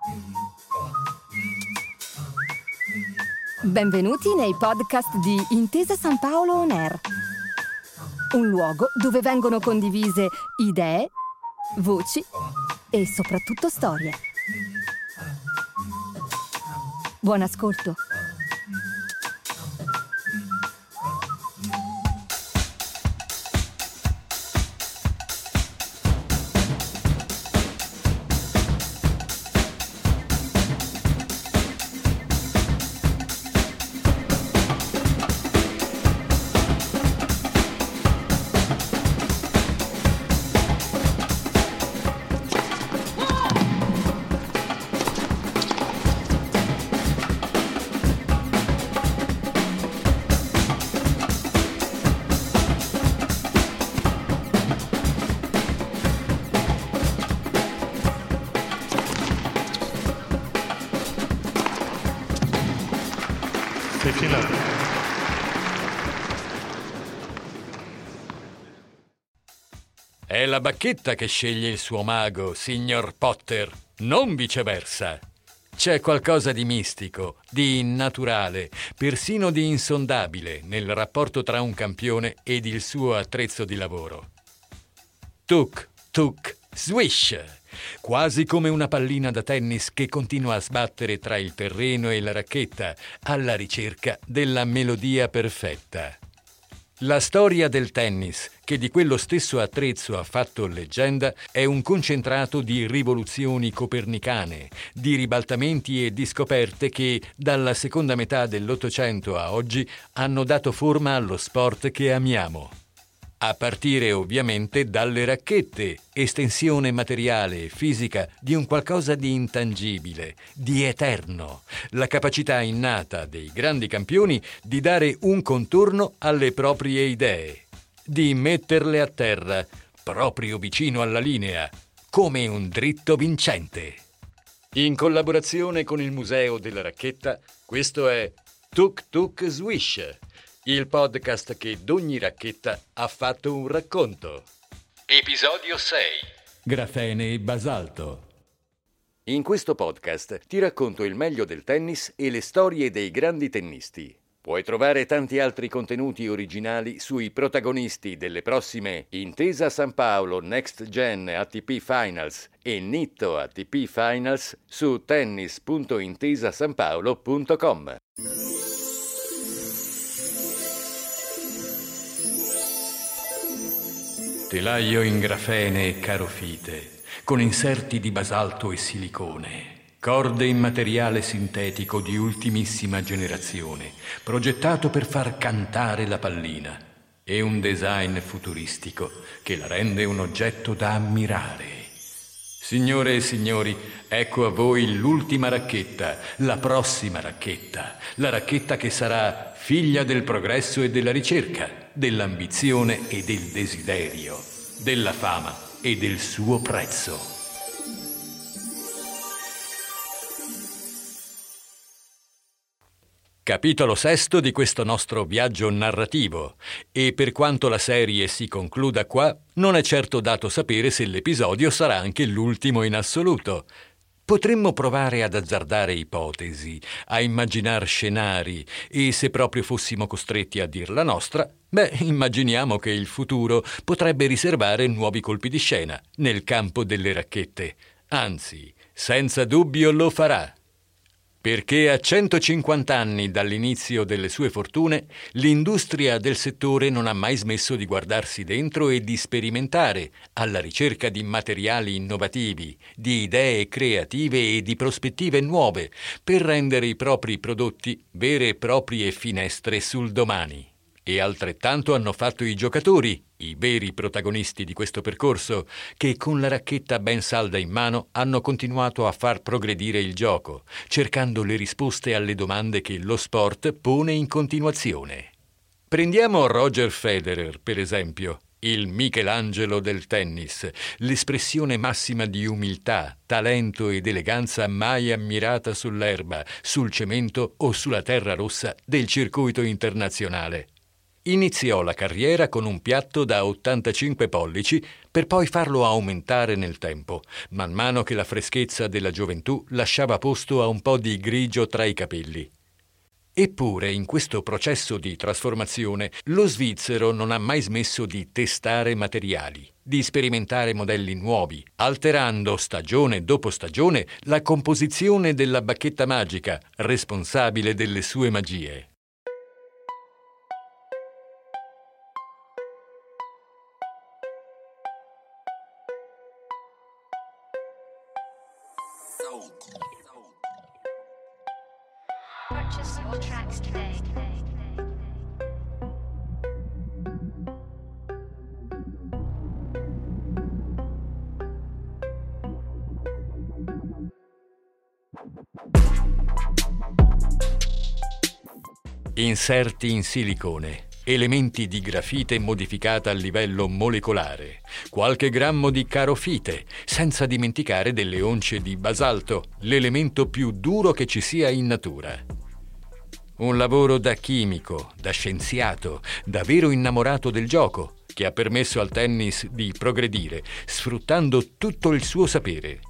Benvenuti nei podcast di Intesa San Paolo On Air, un luogo dove vengono condivise idee, voci e soprattutto storie. Buon ascolto. È la bacchetta che sceglie il suo mago, signor Potter, non viceversa. C'è qualcosa di mistico, di innaturale, persino di insondabile nel rapporto tra un campione ed il suo attrezzo di lavoro. Tuk, tuk, swish! Quasi come una pallina da tennis che continua a sbattere tra il terreno e la racchetta, alla ricerca della melodia perfetta. La storia del tennis, che di quello stesso attrezzo ha fatto leggenda, è un concentrato di rivoluzioni copernicane, di ribaltamenti e di scoperte che, dalla seconda metà dell'Ottocento a oggi, hanno dato forma allo sport che amiamo. A partire ovviamente dalle racchette, estensione materiale e fisica di un qualcosa di intangibile, di eterno, la capacità innata dei grandi campioni di dare un contorno alle proprie idee, di metterle a terra, proprio vicino alla linea, come un dritto vincente. In collaborazione con il Museo della Racchetta, questo è Tuk Tuk Swish, il podcast che d'ogni racchetta ha fatto un racconto. Episodio 6. Grafene e basalto. In questo podcast ti racconto il meglio del tennis e le storie dei grandi tennisti. Puoi trovare tanti altri contenuti originali sui protagonisti delle prossime Intesa San Paolo Next Gen ATP Finals e Nitto ATP Finals su tennis.intesasanpaolo.com. Telaio in grafene e carofite, con inserti di basalto e silicone, corde in materiale sintetico di ultimissima generazione, progettato per far cantare la pallina, e un design futuristico che la rende un oggetto da ammirare. Signore e signori, ecco a voi l'ultima racchetta, la prossima racchetta, la racchetta che sarà figlia del progresso e della ricerca, dell'ambizione e del desiderio, della fama e del suo prezzo. Capitolo sesto di questo nostro viaggio narrativo, e per quanto la serie si concluda qua, non è certo dato sapere se l'episodio sarà anche l'ultimo in assoluto. Potremmo provare ad azzardare ipotesi, a immaginar scenari, e se proprio fossimo costretti a dir la nostra, immaginiamo che il futuro potrebbe riservare nuovi colpi di scena nel campo delle racchette. Anzi, senza dubbio lo farà. Perché a 150 anni dall'inizio delle sue fortune, l'industria del settore non ha mai smesso di guardarsi dentro e di sperimentare, alla ricerca di materiali innovativi, di idee creative e di prospettive nuove, per rendere i propri prodotti vere e proprie finestre sul domani. E altrettanto hanno fatto i giocatori, i veri protagonisti di questo percorso, che con la racchetta ben salda in mano hanno continuato a far progredire il gioco, cercando le risposte alle domande che lo sport pone in continuazione. Prendiamo Roger Federer, per esempio, il Michelangelo del tennis, l'espressione massima di umiltà, talento ed eleganza mai ammirata sull'erba, sul cemento o sulla terra rossa del circuito internazionale. iniziò la carriera con un piatto da 85 pollici per poi farlo aumentare nel tempo, man mano che la freschezza della gioventù lasciava posto a un po' di grigio tra i capelli. Eppure, in questo processo di trasformazione, lo svizzero non ha mai smesso di testare materiali, di sperimentare modelli nuovi, alterando stagione dopo stagione la composizione della bacchetta magica, responsabile delle sue magie. Purchase your tracks today. Inserti in silicone, elementi di grafite modificata a livello molecolare, qualche grammo di carofite, senza dimenticare delle once di basalto, l'elemento più duro che ci sia in natura. Un lavoro da chimico, da scienziato, da vero innamorato del gioco, che ha permesso al tennis di progredire, sfruttando tutto il suo sapere.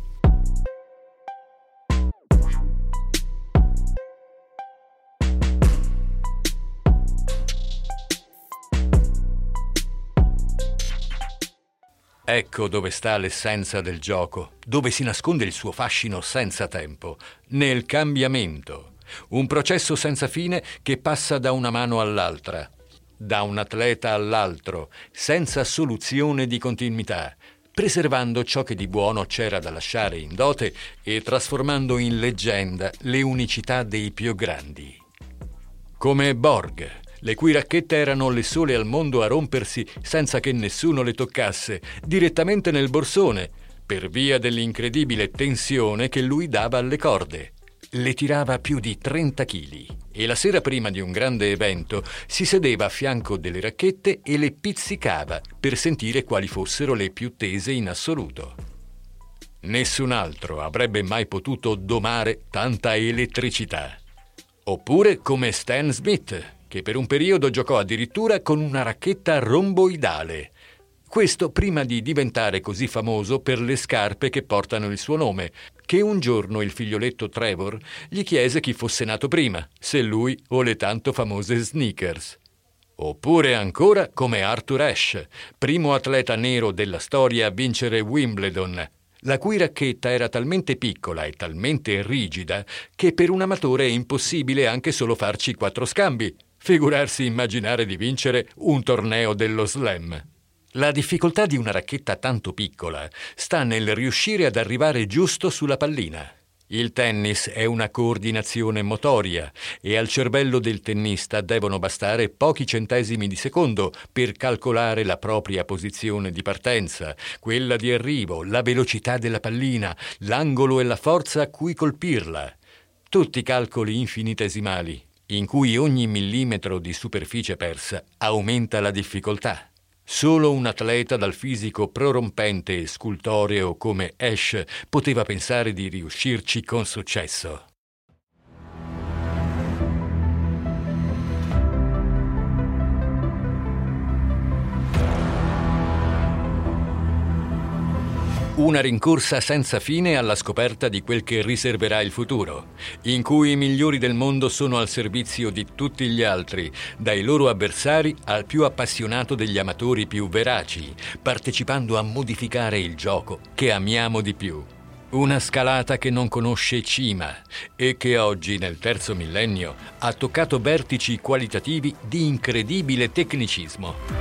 Ecco dove sta l'essenza del gioco, dove si nasconde il suo fascino senza tempo, nel cambiamento. Un processo senza fine che passa da una mano all'altra, da un atleta all'altro, senza soluzione di continuità, preservando ciò che di buono c'era da lasciare in dote e trasformando in leggenda le unicità dei più grandi. Come Borg, le cui racchette erano le sole al mondo a rompersi senza che nessuno le toccasse, direttamente nel borsone, per via dell'incredibile tensione che lui dava alle corde. Le tirava più di 30 chili e la sera prima di un grande evento si sedeva a fianco delle racchette e le pizzicava per sentire quali fossero le più tese in assoluto. Nessun altro avrebbe mai potuto domare tanta elettricità. Oppure come Stan Smith, che per un periodo giocò addirittura con una racchetta romboidale. Questo prima di diventare così famoso per le scarpe che portano il suo nome, che un giorno il figlioletto Trevor gli chiese chi fosse nato prima, se lui o le tanto famose sneakers. Oppure ancora come Arthur Ashe, primo atleta nero della storia a vincere Wimbledon, la cui racchetta era talmente piccola e talmente rigida che per un amatore è impossibile anche solo farci 4 scambi, figurarsi immaginare di vincere un torneo dello slam. La difficoltà di una racchetta tanto piccola sta nel riuscire ad arrivare giusto sulla pallina. Il tennis è una coordinazione motoria e al cervello del tennista devono bastare pochi centesimi di secondo per calcolare la propria posizione di partenza, quella di arrivo, la velocità della pallina, l'angolo e la forza a cui colpirla. Tutti calcoli infinitesimali, in cui ogni millimetro di superficie persa aumenta la difficoltà. Solo un atleta dal fisico prorompente e scultoreo come Ashe poteva pensare di riuscirci con successo. Una rincorsa senza fine alla scoperta di quel che riserverà il futuro, in cui i migliori del mondo sono al servizio di tutti gli altri, dai loro avversari al più appassionato degli amatori più veraci, partecipando a modificare il gioco che amiamo di più. Una scalata che non conosce cima e che oggi, nel terzo millennio, ha toccato vertici qualitativi di incredibile tecnicismo.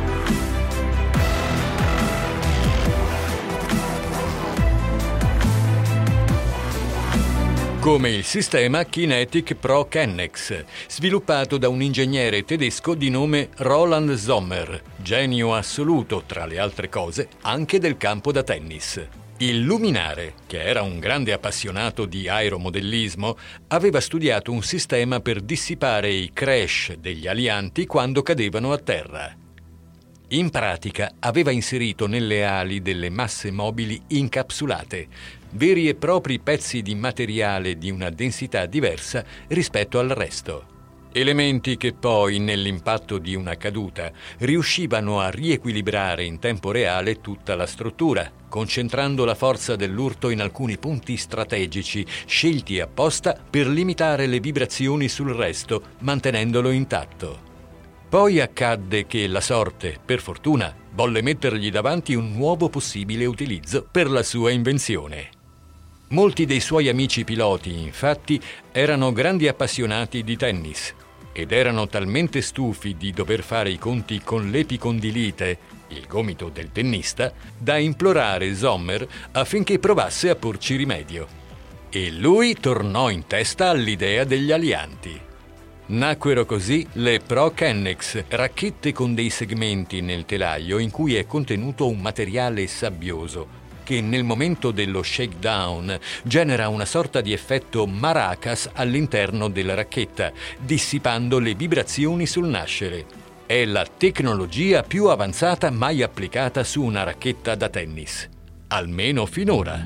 Come il sistema Kinetic Pro Kennex, sviluppato da un ingegnere tedesco di nome Roland Sommer, genio assoluto, tra le altre cose, anche del campo da tennis. Il luminare, che era un grande appassionato di aeromodellismo, aveva studiato un sistema per dissipare i crash degli alianti quando cadevano a terra. In pratica aveva inserito nelle ali delle masse mobili incapsulate, veri e propri pezzi di materiale di una densità diversa rispetto al resto. Elementi che poi, nell'impatto di una caduta, riuscivano a riequilibrare in tempo reale tutta la struttura, concentrando la forza dell'urto in alcuni punti strategici, scelti apposta per limitare le vibrazioni sul resto, mantenendolo intatto. Poi accadde che la sorte, per fortuna, volle mettergli davanti un nuovo possibile utilizzo per la sua invenzione. Molti dei suoi amici piloti, infatti, erano grandi appassionati di tennis ed erano talmente stufi di dover fare i conti con l'epicondilite, il gomito del tennista, da implorare Sommer affinché provasse a porci rimedio. E lui tornò in testa all'idea degli alianti. Nacquero così le Pro Kennex, racchette con dei segmenti nel telaio in cui è contenuto un materiale sabbioso che nel momento dello shakedown genera una sorta di effetto maracas all'interno della racchetta, dissipando le vibrazioni sul nascere. È la tecnologia più avanzata mai applicata su una racchetta da tennis, almeno finora.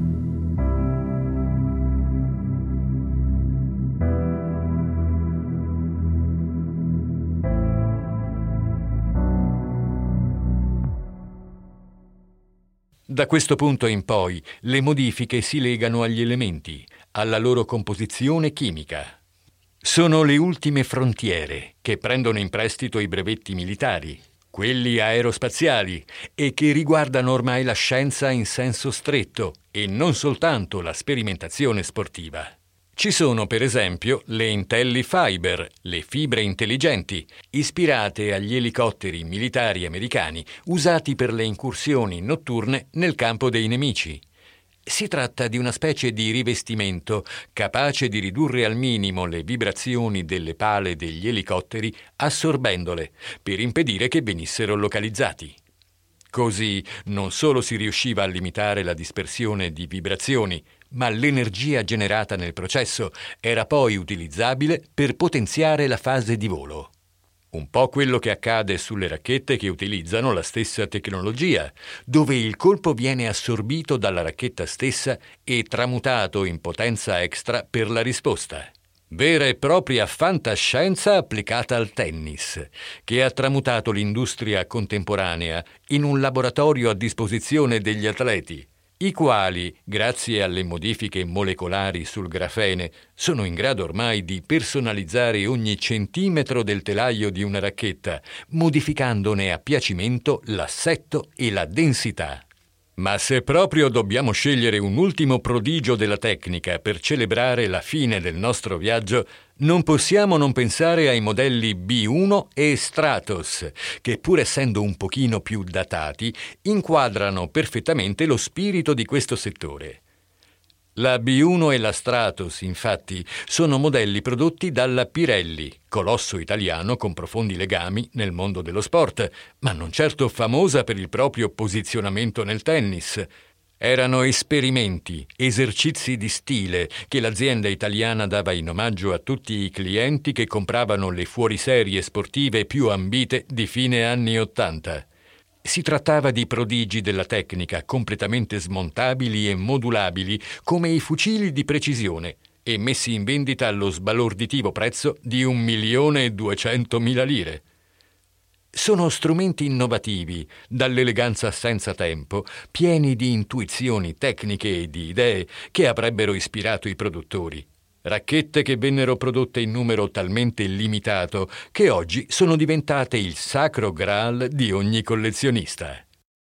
Da questo punto in poi, le modifiche si legano agli elementi, alla loro composizione chimica. Sono le ultime frontiere che prendono in prestito i brevetti militari, quelli aerospaziali, e che riguardano ormai la scienza in senso stretto e non soltanto la sperimentazione sportiva. Ci sono, per esempio, le IntelliFiber, le fibre intelligenti, ispirate agli elicotteri militari americani usati per le incursioni notturne nel campo dei nemici. Si tratta di una specie di rivestimento capace di ridurre al minimo le vibrazioni delle pale degli elicotteri assorbendole per impedire che venissero localizzati. Così non solo si riusciva a limitare la dispersione di vibrazioni, ma l'energia generata nel processo era poi utilizzabile per potenziare la fase di volo. Un po' quello che accade sulle racchette che utilizzano la stessa tecnologia, dove il colpo viene assorbito dalla racchetta stessa e tramutato in potenza extra per la risposta. Vera e propria fantascienza applicata al tennis, che ha tramutato l'industria contemporanea in un laboratorio a disposizione degli atleti, i quali, grazie alle modifiche molecolari sul grafene, sono in grado ormai di personalizzare ogni centimetro del telaio di una racchetta, modificandone a piacimento l'assetto e la densità. Ma se proprio dobbiamo scegliere un ultimo prodigio della tecnica per celebrare la fine del nostro viaggio, non possiamo non pensare ai modelli B1 e Stratos, che pur essendo un pochino più datati, inquadrano perfettamente lo spirito di questo settore. La B1 e la Stratos, infatti, sono modelli prodotti dalla Pirelli, colosso italiano con profondi legami nel mondo dello sport, ma non certo famosa per il proprio posizionamento nel tennis. Erano esperimenti, esercizi di stile che l'azienda italiana dava in omaggio a tutti i clienti che compravano le fuoriserie sportive più ambite di fine anni '80. Si trattava di prodigi della tecnica completamente smontabili e modulabili come i fucili di precisione e messi in vendita allo sbalorditivo prezzo di 1.200.000 lire. Sono strumenti innovativi, dall'eleganza senza tempo, pieni di intuizioni tecniche e di idee che avrebbero ispirato i produttori. Racchette che vennero prodotte in numero talmente limitato che oggi sono diventate il sacro graal di ogni collezionista.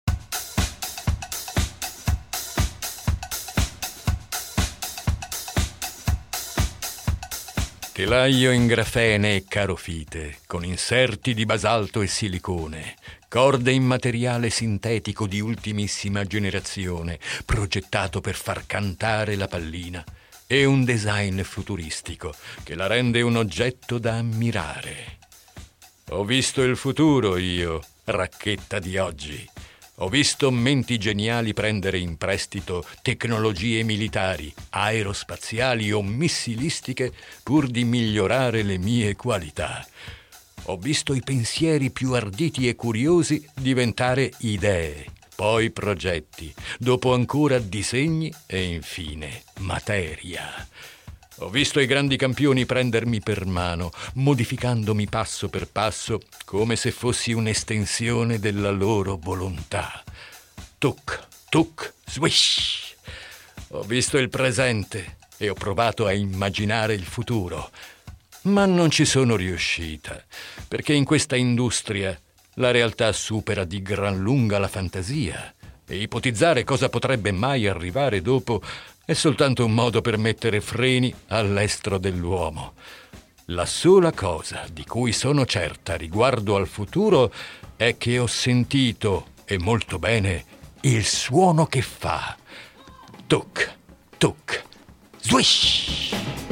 Telaio in grafene e carofite, con inserti di basalto e silicone, corde in materiale sintetico di ultimissima generazione, progettato per far cantare la pallina, e un design futuristico che la rende un oggetto da ammirare. Ho visto il futuro io, racchetta di oggi. Ho visto menti geniali prendere in prestito tecnologie militari, aerospaziali o missilistiche pur di migliorare le mie qualità. Ho visto i pensieri più arditi e curiosi diventare idee, poi progetti, dopo ancora disegni e infine materia. Ho visto i grandi campioni prendermi per mano, modificandomi passo per passo, come se fossi un'estensione della loro volontà. Tuc, tuc, swish! Ho visto il presente e ho provato a immaginare il futuro, ma non ci sono riuscita, perché in questa industria la realtà supera di gran lunga la fantasia e ipotizzare cosa potrebbe mai arrivare dopo è soltanto un modo per mettere freni all'estro dell'uomo. La sola cosa di cui sono certa riguardo al futuro è che ho sentito, e molto bene, il suono che fa. Tuc, tuc, swish!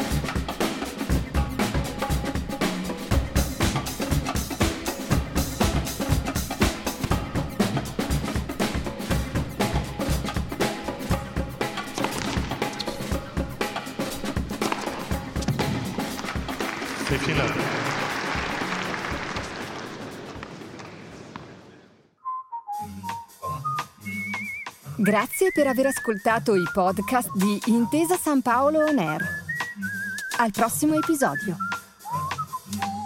Grazie per aver ascoltato i podcast di Intesa San Paolo On Air. Al prossimo episodio.